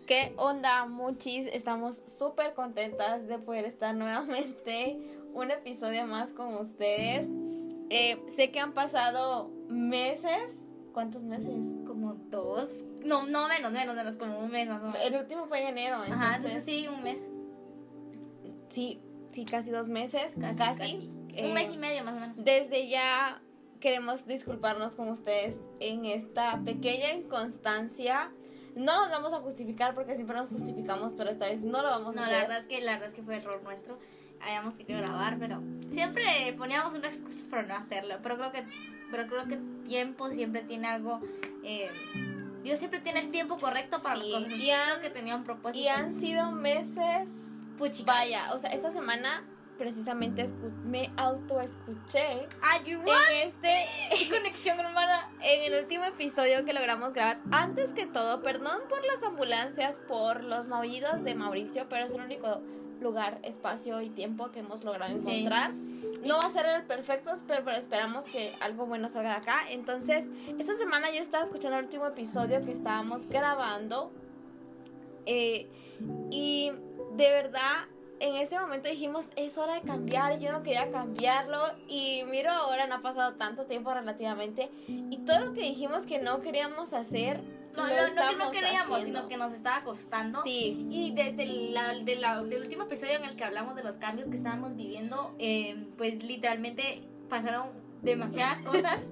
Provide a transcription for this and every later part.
¿Qué onda, muchis? Estamos súper contentas de poder estar nuevamente un episodio más con ustedes. Sé que han pasado meses. ¿Cuántos meses? Como 2. No, menos, como un mes más o menos. El último fue en enero, entonces... Ajá, entonces sí, un mes. Sí, casi 2 meses. Casi. Un mes y medio más o menos. Desde ya queremos disculparnos con ustedes en esta pequeña inconstancia. No nos vamos a justificar porque siempre nos justificamos, pero esta vez no lo vamos a hacer. La verdad es que fue error nuestro. Habíamos querido grabar, pero siempre poníamos una excusa para no hacerlo. Pero creo que tiempo siempre tiene algo. Dios siempre tiene el tiempo correcto para las cosas. Y creo que tenía un propósito. Y han sido meses. Puchica. Vaya, o sea, esta semana precisamente me autoescuché. En ¿Qué conexión, hermana? En el último episodio que logramos grabar. Antes que todo, perdón por las ambulancias, por los maullidos de Mauricio, pero es el único lugar, espacio y tiempo que hemos logrado encontrar. No va a ser el perfecto, pero esperamos que algo bueno salga de acá. Entonces, esta semana yo estaba escuchando el último episodio que estábamos grabando y de verdad en ese momento dijimos, es hora de cambiar. Yo no quería cambiarlo y miro ahora, no ha pasado tanto tiempo relativamente, y todo lo que dijimos que no queríamos hacer, no que no queríamos, sino que nos estaba costando. Sí. Y desde el último episodio en el que hablamos de los cambios que estábamos viviendo, pues literalmente pasaron demasiadas cosas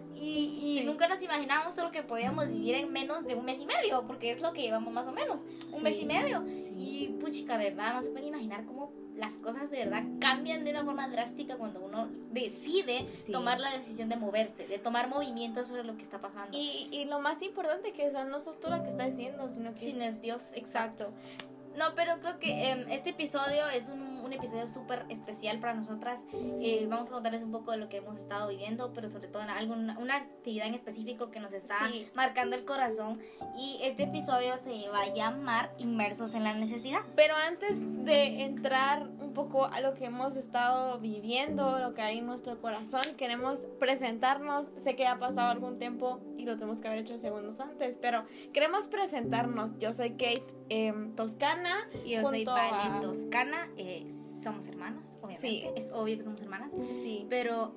y nunca nos imaginábamos todo lo que podíamos vivir en menos de un mes y medio, porque es lo que llevamos más o menos, un mes y medio. Y puchica, de verdad, no se pueden imaginar cómo las cosas de verdad cambian de una forma drástica cuando uno decide tomar la decisión de moverse, de tomar movimientos sobre lo que está pasando. Y lo más importante que, o sea, no sos tú la que está diciendo, sino que no es Dios, exacto. No, pero creo que este episodio es un episodio súper especial para nosotras. Vamos a contarles un poco de lo que hemos estado viviendo, pero sobre todo una actividad en específico que nos está marcando el corazón. Y este episodio se va a llamar Inmersos en la Necesidad. Pero antes de entrar un poco a lo que hemos estado viviendo, lo que hay en nuestro corazón, queremos presentarnos. Sé que ha pasado algún tiempo y lo tenemos que haber hecho segundos antes, pero queremos presentarnos. Yo soy Kate Toscana. Y yo soy Vale Toscana. Somos hermanas, obviamente. Sí. Es obvio que somos hermanas. Sí. Pero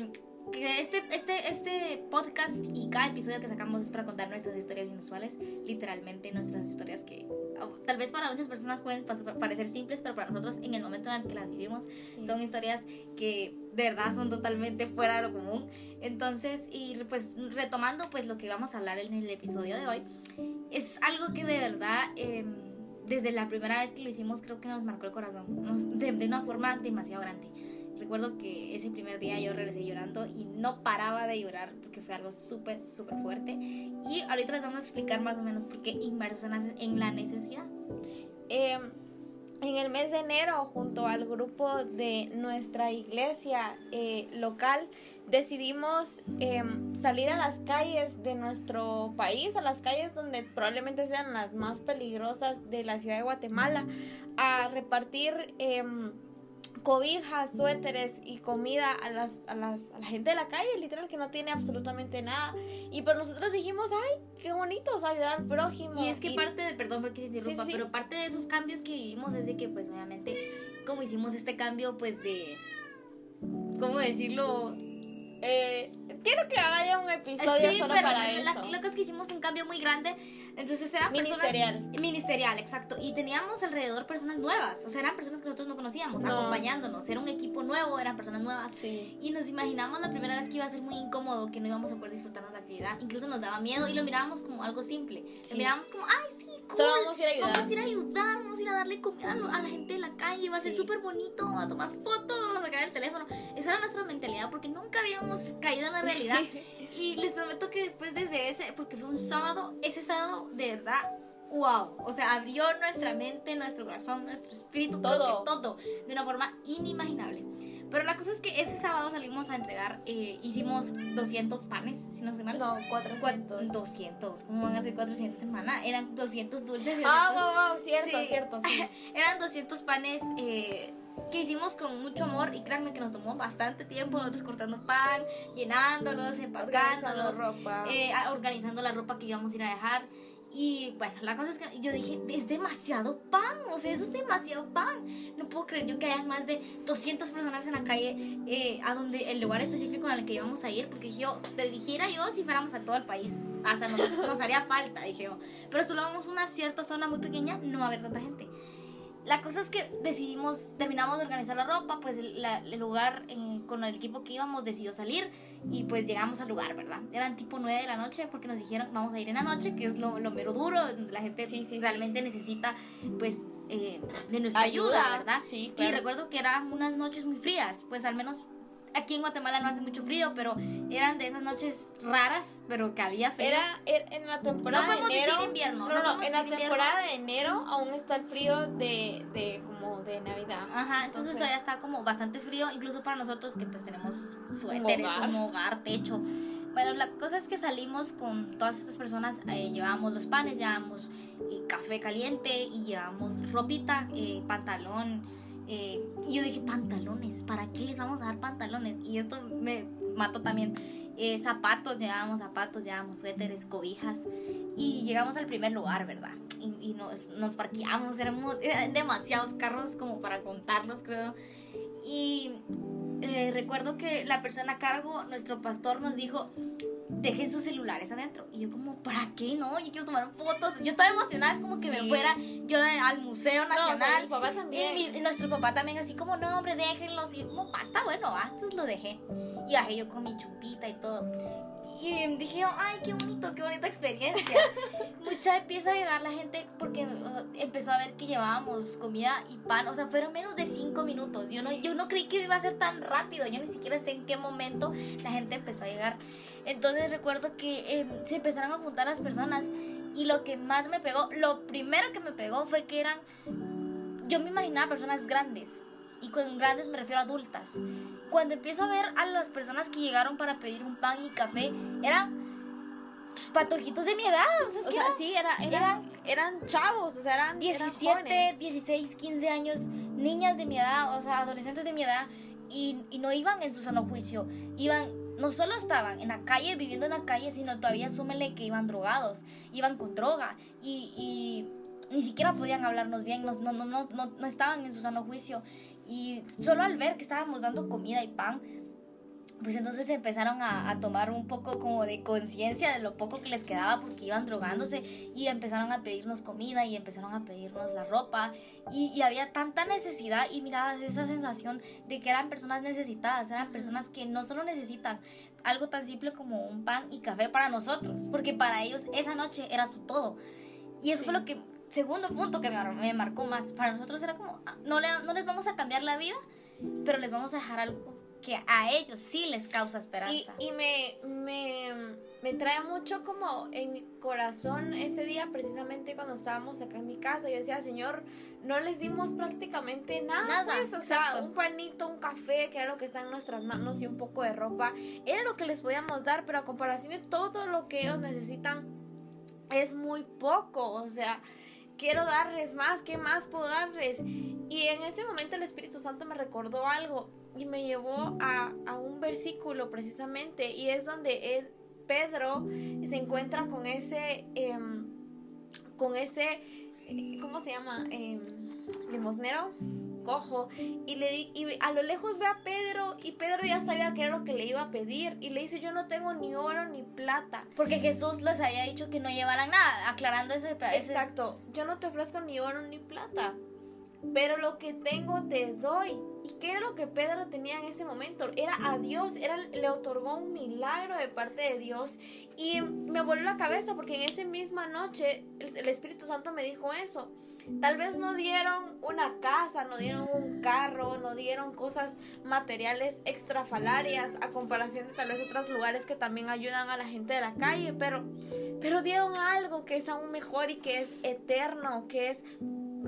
que este podcast y cada episodio que sacamos es para contar nuestras historias inusuales. Literalmente nuestras historias que tal vez para muchas personas pueden parecer simples, pero para nosotros en el momento en el que las vivimos son historias que de verdad son totalmente fuera de lo común. Entonces, y pues retomando pues lo que vamos a hablar en el episodio de hoy, es algo que de verdad desde la primera vez que lo hicimos creo que nos marcó el corazón de una forma demasiado grande. Recuerdo que ese primer día yo regresé llorando y no paraba de llorar porque fue algo súper, súper fuerte. Y ahorita les vamos a explicar más o menos por qué Inmersos en la Necesidad. En el mes de enero, junto al grupo de nuestra iglesia local, decidimos salir a las calles de nuestro país, a las calles donde probablemente sean las más peligrosas de la ciudad de Guatemala, a repartir cobijas, suéteres y comida a la gente de la calle, literal, que no tiene absolutamente nada. Y pues nosotros dijimos, ay, qué bonito, o sea, ayudar al prójimo. Y es que perdón porque te interrumpa, pero parte de esos cambios que vivimos es de que, pues, obviamente, como hicimos este cambio, pues, de, ¿cómo decirlo? Quiero que haya un episodio solo para eso. Lo que es que hicimos un cambio muy grande. Entonces eran ministerial, exacto. Y teníamos alrededor personas nuevas. O sea, eran personas que nosotros no conocíamos, acompañándonos. Era un equipo nuevo, eran personas nuevas. Sí. Y nos imaginamos la primera vez que iba a ser muy incómodo, que no íbamos a poder disfrutar de la actividad. Incluso nos daba miedo y lo mirábamos como algo simple. Lo mirábamos como, ay, sí, cool. Solo vamos a ir a ayudar. Vamos a ir a ayudar, vamos a ir a darle comida a la gente de la calle. Va a ser súper bonito, vamos a tomar fotos, vamos a sacar el teléfono. Esa era nuestra mentalidad porque nunca habíamos caído en la realidad. Y les prometo que después porque fue un sábado, ese sábado de verdad, wow, o sea, abrió nuestra mente, nuestro corazón, nuestro espíritu, todo de una forma inimaginable. Pero la cosa es que ese sábado salimos a entregar, hicimos 200 panes, si no sé mal. No, 400. 200, ¿cómo van a ser 400 semana? Eran 200 dulces. Wow, cierto. Eran 200 panes que hicimos con mucho amor y créanme que nos tomó bastante tiempo, nosotros cortando pan, llenándolos, empacándolos, organizando la ropa que íbamos a ir a dejar. Y bueno, la cosa es que yo dije, es demasiado pan, o sea, eso es demasiado pan. No puedo creer yo que hayan más de 200 personas en la calle, a donde el lugar específico al que íbamos a ir, porque dije yo, te dijera yo si fuéramos a todo el país, hasta nos haría falta, dije yo. Pero solo vamos a una cierta zona muy pequeña, no va a haber tanta gente. La cosa es que terminamos de organizar la ropa, pues el lugar con el equipo que íbamos decidió salir y pues llegamos al lugar, ¿verdad? Eran tipo 9 de la noche porque nos dijeron vamos a ir en la noche, que es lo mero duro, donde la gente realmente necesita pues de nuestra ayuda, ¿verdad? Sí, claro. Y recuerdo que eran unas noches muy frías, pues al menos aquí en Guatemala no hace mucho frío, pero eran de esas noches raras, pero que había frío. Era en la temporada de enero. No podemos decir invierno. No, en la temporada de enero aún está el frío de como de Navidad. Ajá, entonces todavía está como bastante frío, incluso para nosotros que pues tenemos suéteres, un hogar, techo. Bueno, la cosa es que salimos con todas estas personas, llevábamos los panes, llevábamos café caliente y llevábamos ropita, pantalón. Y yo dije, pantalones, ¿para qué les vamos a dar pantalones? Y esto me mató también. Zapatos, llevábamos suéteres, cobijas. Y llegamos al primer lugar, ¿verdad? Y nos parqueamos, eran demasiados carros como para contarlos, creo. Y recuerdo que la persona a cargo, nuestro pastor, nos dijo, dejen sus celulares adentro. Y yo como, ¿para qué? No, yo quiero tomar fotos. Yo estaba emocionada como que me fuera yo al Museo Nacional. No, o sea, mi papá también. Y nuestro papá también así como, no, hombre, déjenlos. Y yo como, está bueno, entonces lo dejé. Y bajé yo con mi chumpita y todo. Y dije, ay, qué bonita experiencia. Mucha empieza a llegar la gente porque empezó a ver que llevábamos comida y pan. O sea, fueron menos de 5 minutos. Yo no creí que iba a ser tan rápido. Yo ni siquiera sé en qué momento la gente empezó a llegar. Entonces recuerdo que se empezaron a juntar las personas. Y lo que más me pegó, lo primero que me pegó fue que yo me imaginaba personas grandes. Y con grandes me refiero a adultas. Cuando empiezo a ver a las personas que llegaron para pedir un pan y café, eran patojitos de mi edad. O sea, sí, eran chavos, o sea, eran 17, eran 16, 15 años, niñas de mi edad, o sea, adolescentes de mi edad. Y no iban en su sano juicio. No solo estaban en la calle, viviendo en la calle, sino todavía súmele que iban drogados, iban con droga. Y ni siquiera podían hablarnos bien, no estaban en su sano juicio. Y solo al ver que estábamos dando comida y pan, pues entonces empezaron a tomar un poco como de conciencia de lo poco que les quedaba porque iban drogándose y empezaron a pedirnos comida y empezaron a pedirnos la ropa y había tanta necesidad y miraba esa sensación de que eran personas necesitadas, eran personas que no solo necesitan algo tan simple como un pan y café para nosotros, porque para ellos esa noche era su todo. Y eso fue lo que... Segundo punto que me marcó más. Para nosotros era como, no les vamos a cambiar la vida, pero les vamos a dejar algo que a ellos sí les causa esperanza. Y me trae mucho como en mi corazón ese día, precisamente cuando estábamos acá en mi casa. Yo decía, Señor, no les dimos prácticamente nada pues, o sea, un panito, un café, que era lo que está en nuestras manos, y un poco de ropa, era lo que les podíamos dar, pero a comparación de todo lo que ellos necesitan, es muy poco. O sea, quiero darles más, ¿qué más puedo darles? Y en ese momento el Espíritu Santo me recordó algo y me llevó a un versículo precisamente, y es donde Pedro se encuentra con ese ¿cómo se llama? Limosnero cojo, y a lo lejos ve a Pedro, y Pedro ya sabía qué era lo que le iba a pedir, y le dice, yo no tengo ni oro ni plata, porque Jesús les había dicho que no llevaran nada, aclarando ese... Exacto, yo no te ofrezco ni oro ni plata, pero lo que tengo te doy. ¿Y qué era lo que Pedro tenía en ese momento? Era a Dios, le otorgó un milagro de parte de Dios. Y me voló la cabeza porque en esa misma noche el Espíritu Santo me dijo eso. Tal vez no dieron una casa, no dieron un carro, no dieron cosas materiales extrafalarias a comparación de tal vez otros lugares que también ayudan a la gente de la calle, pero dieron algo que es aún mejor y que es eterno, que es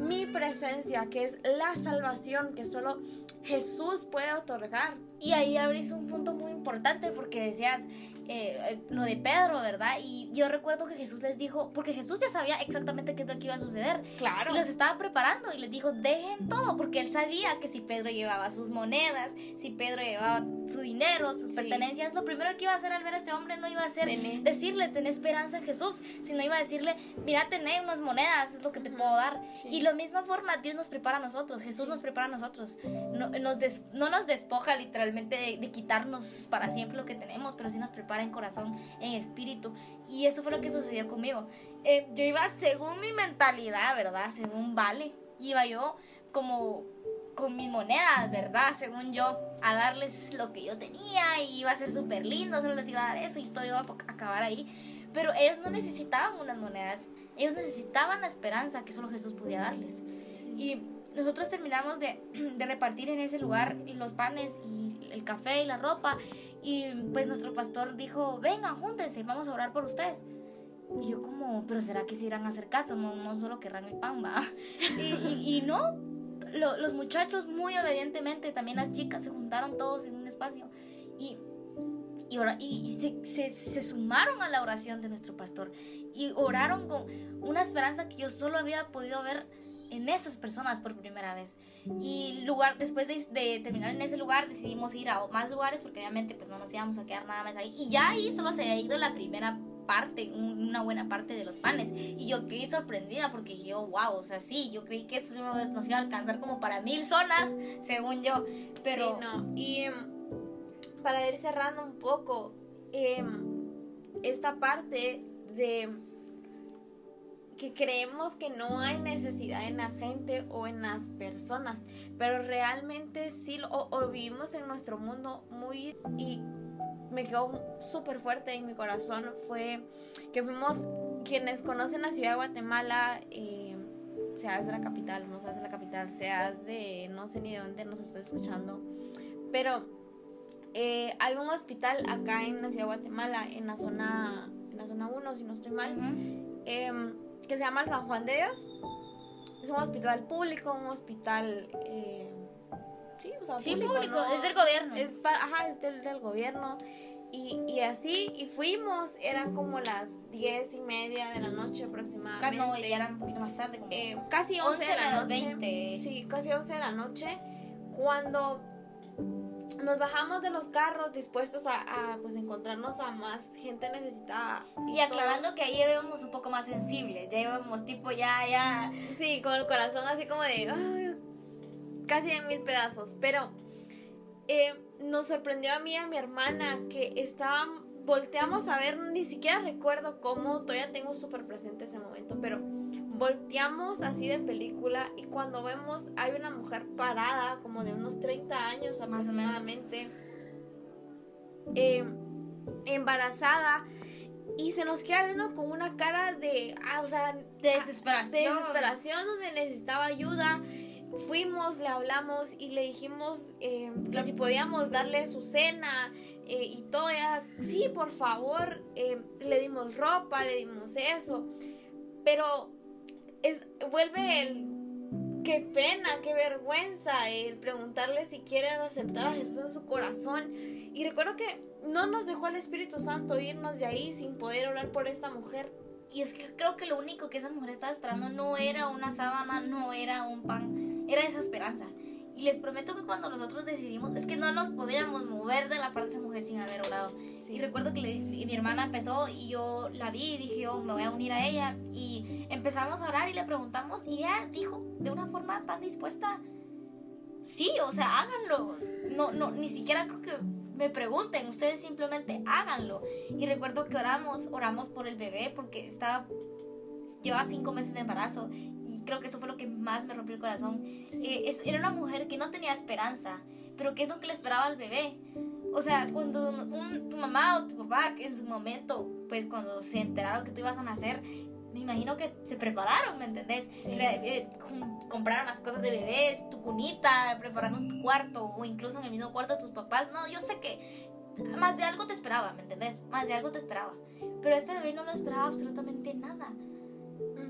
mi presencia, que es la salvación que solo Jesús puede otorgar. Y ahí abrís un punto muy importante porque decías lo de Pedro, ¿verdad? Y yo recuerdo que Jesús les dijo, porque Jesús ya sabía exactamente qué es lo que iba a suceder. Claro. Y los estaba preparando y les dijo, dejen todo, porque él sabía que si Pedro llevaba sus monedas, si Pedro llevaba su dinero, sus pertenencias, lo primero que iba a hacer al ver a ese hombre no iba a ser decirle, ten esperanza en Jesús, sino iba a decirle, mira, tené unas monedas, es lo que te puedo dar. Sí. Y la misma forma Dios nos prepara a nosotros, Jesús nos prepara a nosotros. No nos despoja literalmente de quitarnos para siempre lo que tenemos, pero sí nos prepara en corazón, en espíritu. Y eso fue lo que sucedió conmigo. Yo iba según mi mentalidad, ¿verdad? Según Vale, iba yo como con mis monedas, ¿verdad? Según yo, a darles lo que yo tenía y iba a ser súper lindo, solo les iba a dar eso y todo iba a acabar ahí. Pero ellos no necesitaban unas monedas, ellos necesitaban la esperanza que solo Jesús podía darles. Sí. Y nosotros terminamos de repartir en ese lugar los panes y el café y la ropa, y pues nuestro pastor dijo, vengan, júntense, vamos a orar por ustedes. Y yo como, pero ¿será que se irán a hacer caso? No solo querrán el pan, ¿va? Y no, los muchachos muy obedientemente, también las chicas, se juntaron todos en un espacio y se sumaron a la oración de nuestro pastor y oraron con una esperanza que yo solo había podido ver en esas personas por primera vez. Y después de terminar en ese lugar decidimos ir a más lugares porque obviamente pues no nos íbamos a quedar nada más ahí, y ya ahí solo se había ido la primera parte, una buena parte de los panes, y yo quedé sorprendida porque dije, oh, wow, o sea, sí, yo creí que eso nos iba a alcanzar como para 1000 zonas, según yo, pero sí, no. Y para ir cerrando un poco esta parte de que creemos que no hay necesidad en la gente o en las personas, pero realmente sí o vivimos en nuestro mundo muy, y me quedó súper fuerte en mi corazón, fue que fuimos, quienes conocen la ciudad de Guatemala, seas de la capital, no seas de la capital, seas de no sé ni de dónde nos estás escuchando, pero hay un hospital acá en la ciudad de Guatemala, en la zona 1, si no estoy mal, que se llama el San Juan de Dios. Es un hospital público, un hospital público, ¿no? Es del gobierno. Es del gobierno. Y así, y fuimos, eran como las 10:30 de la noche aproximadamente. No, ya eran un poquito más tarde, como casi 11 de la noche. 20. Sí, casi 11 de la noche, cuando nos bajamos de los carros dispuestos a pues encontrarnos a más gente necesitada. Y aclarando que ahí ya íbamos un poco más sensibles, ya íbamos tipo ya... Sí, con el corazón así como de casi en 1000 pedazos. Pero nos sorprendió a mí y a mi hermana que volteamos a ver, ni siquiera recuerdo cómo, todavía tengo súper presente ese momento, pero volteamos así de película y cuando vemos hay una mujer parada como de unos 30 años aproximadamente, embarazada, y se nos queda viendo con una cara de desesperación, donde necesitaba ayuda. Fuimos, le hablamos y le dijimos que si podíamos darle su cena y todo. Ella, sí, por favor. Le dimos ropa, le dimos eso, pero vuelve qué pena, qué vergüenza el preguntarle si quieren aceptar a Jesús en su corazón. Y recuerdo que no nos dejó el Espíritu Santo irnos de ahí sin poder orar por esta mujer. Y es que creo que lo único que esa mujer estaba esperando no era una sábana, no era un pan, era esa esperanza. Y les prometo que cuando nosotros decidimos, es que no nos podíamos mover de la parte de esa mujer sin haber orado. Sí. Y recuerdo que mi hermana empezó y yo la vi y dije, me voy a unir a ella. Y empezamos a orar y le preguntamos y ella dijo de una forma tan dispuesta, sí, o sea, háganlo. No, ni siquiera creo que me pregunten, ustedes simplemente háganlo. Y recuerdo que oramos por el bebé porque llevaba 5 meses de embarazo, y creo que eso fue lo que más me rompió el corazón. Sí. Era una mujer que no tenía esperanza, pero ¿qué es lo que le esperaba al bebé? O sea, cuando tu mamá o tu papá en su momento, pues cuando se enteraron que tú ibas a nacer, me imagino que se prepararon, ¿me entendés? Sí. Compraron las cosas de bebés, tu cunita, prepararon tu cuarto, o incluso en el mismo cuarto de tus papás. No, yo sé que más de algo te esperaba, ¿me entendés? Más de algo te esperaba. Pero este bebé no lo esperaba absolutamente nada.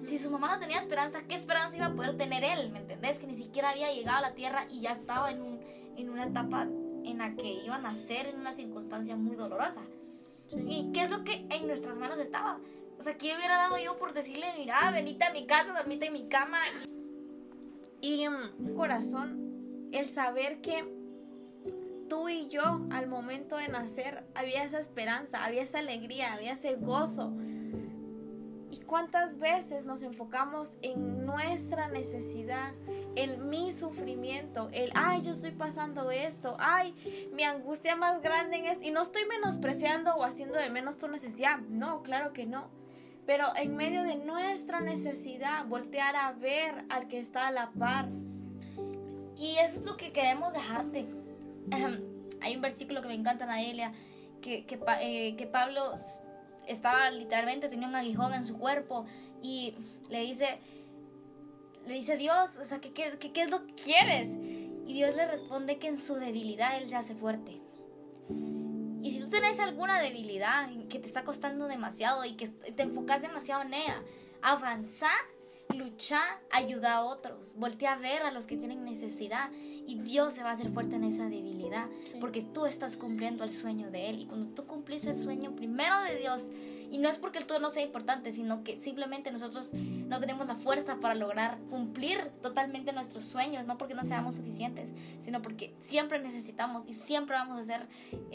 Si su mamá no tenía esperanza, ¿qué esperanza iba a poder tener él? ¿Me entendés? Que ni siquiera había llegado a la tierra y ya estaba en una etapa en la que iba a nacer en una circunstancia muy dolorosa. Sí. ¿Y qué es lo que en nuestras manos estaba? O sea, ¿qué hubiera dado yo por decirle, mira, venite a mi casa, dormite en mi cama? Y corazón, el saber que tú y yo, al momento de nacer, había esa esperanza, había esa alegría, había ese gozo. ¿Y cuántas veces nos enfocamos en nuestra necesidad, en mi sufrimiento, ay, yo estoy pasando esto, ay, mi angustia más grande en esto? Y no estoy menospreciando o haciendo de menos tu necesidad, no, claro que no. Pero en medio de nuestra necesidad, voltear a ver al que está a la par. Y eso es lo que queremos dejarte. Hay un versículo que me encanta, Nadelia, que Pablo estaba literalmente, tenía un aguijón en su cuerpo y le dice Dios, o sea, ¿qué es lo que quieres? Y Dios le responde que en su debilidad Él se hace fuerte. Y si tú tenés alguna debilidad que te está costando demasiado y que te enfocas demasiado en ella, avanza, lucha, ayuda a otros, voltea a ver a los que tienen necesidad y Dios se va a hacer fuerte en esa debilidad, sí. Porque tú estás cumpliendo el sueño de Él, y cuando tú cumplís el sueño primero de Dios, y no es porque el todo no sea importante, sino que simplemente nosotros no tenemos la fuerza para lograr cumplir totalmente nuestros sueños, no porque no seamos suficientes, sino porque siempre necesitamos y siempre vamos a ser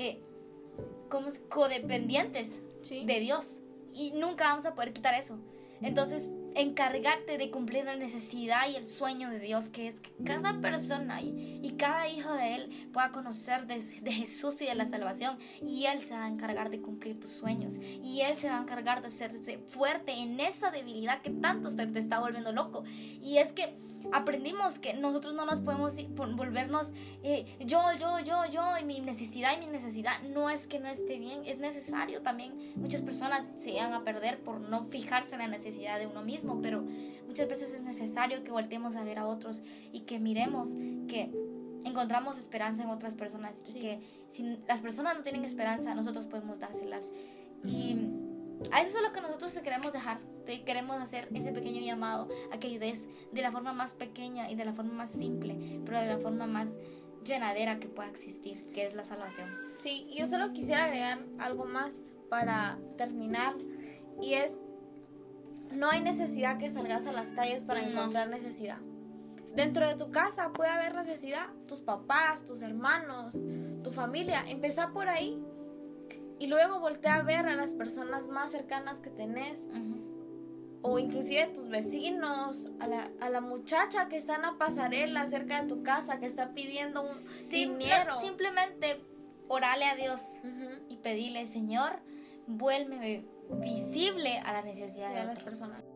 codependientes, sí, de Dios, y nunca vamos a poder quitar eso. Entonces, encárgate de cumplir la necesidad y el sueño de Dios, que es que cada persona y cada hijo de Él pueda conocer de Jesús y de la salvación, y Él se va a encargar de cumplir tus sueños, y Él se va a encargar de hacerse fuerte en esa debilidad que tanto te está volviendo loco. Y es que aprendimos que nosotros no nos podemos volvernos yo y mi necesidad no es que no esté bien, es necesario también. Muchas personas se llegan a perder por no fijarse en la necesidad de uno mismo, pero muchas veces es necesario que volteemos a ver a otros y que miremos que encontramos esperanza en otras personas, sí, y que si las personas no tienen esperanza, nosotros podemos dárselas. Y a eso es lo que nosotros te queremos dejar. Te queremos hacer ese pequeño llamado a que ayudes de la forma más pequeña y de la forma más simple, pero de la forma más llenadera que pueda existir, que es la salvación. Sí, y yo solo quisiera agregar algo más para terminar, y es: no hay necesidad que salgas a las calles para encontrar necesidad. Dentro de tu casa puede haber necesidad, tus papás, tus hermanos, tu familia. Empezá por ahí y luego voltea a ver a las personas más cercanas que tenés, o inclusive tus vecinos, a la muchacha que está en la pasarela cerca de tu casa, que está pidiendo un dinero. Simplemente orale a Dios y pedirle: Señor, vuélveme visible a la necesidad de las personas.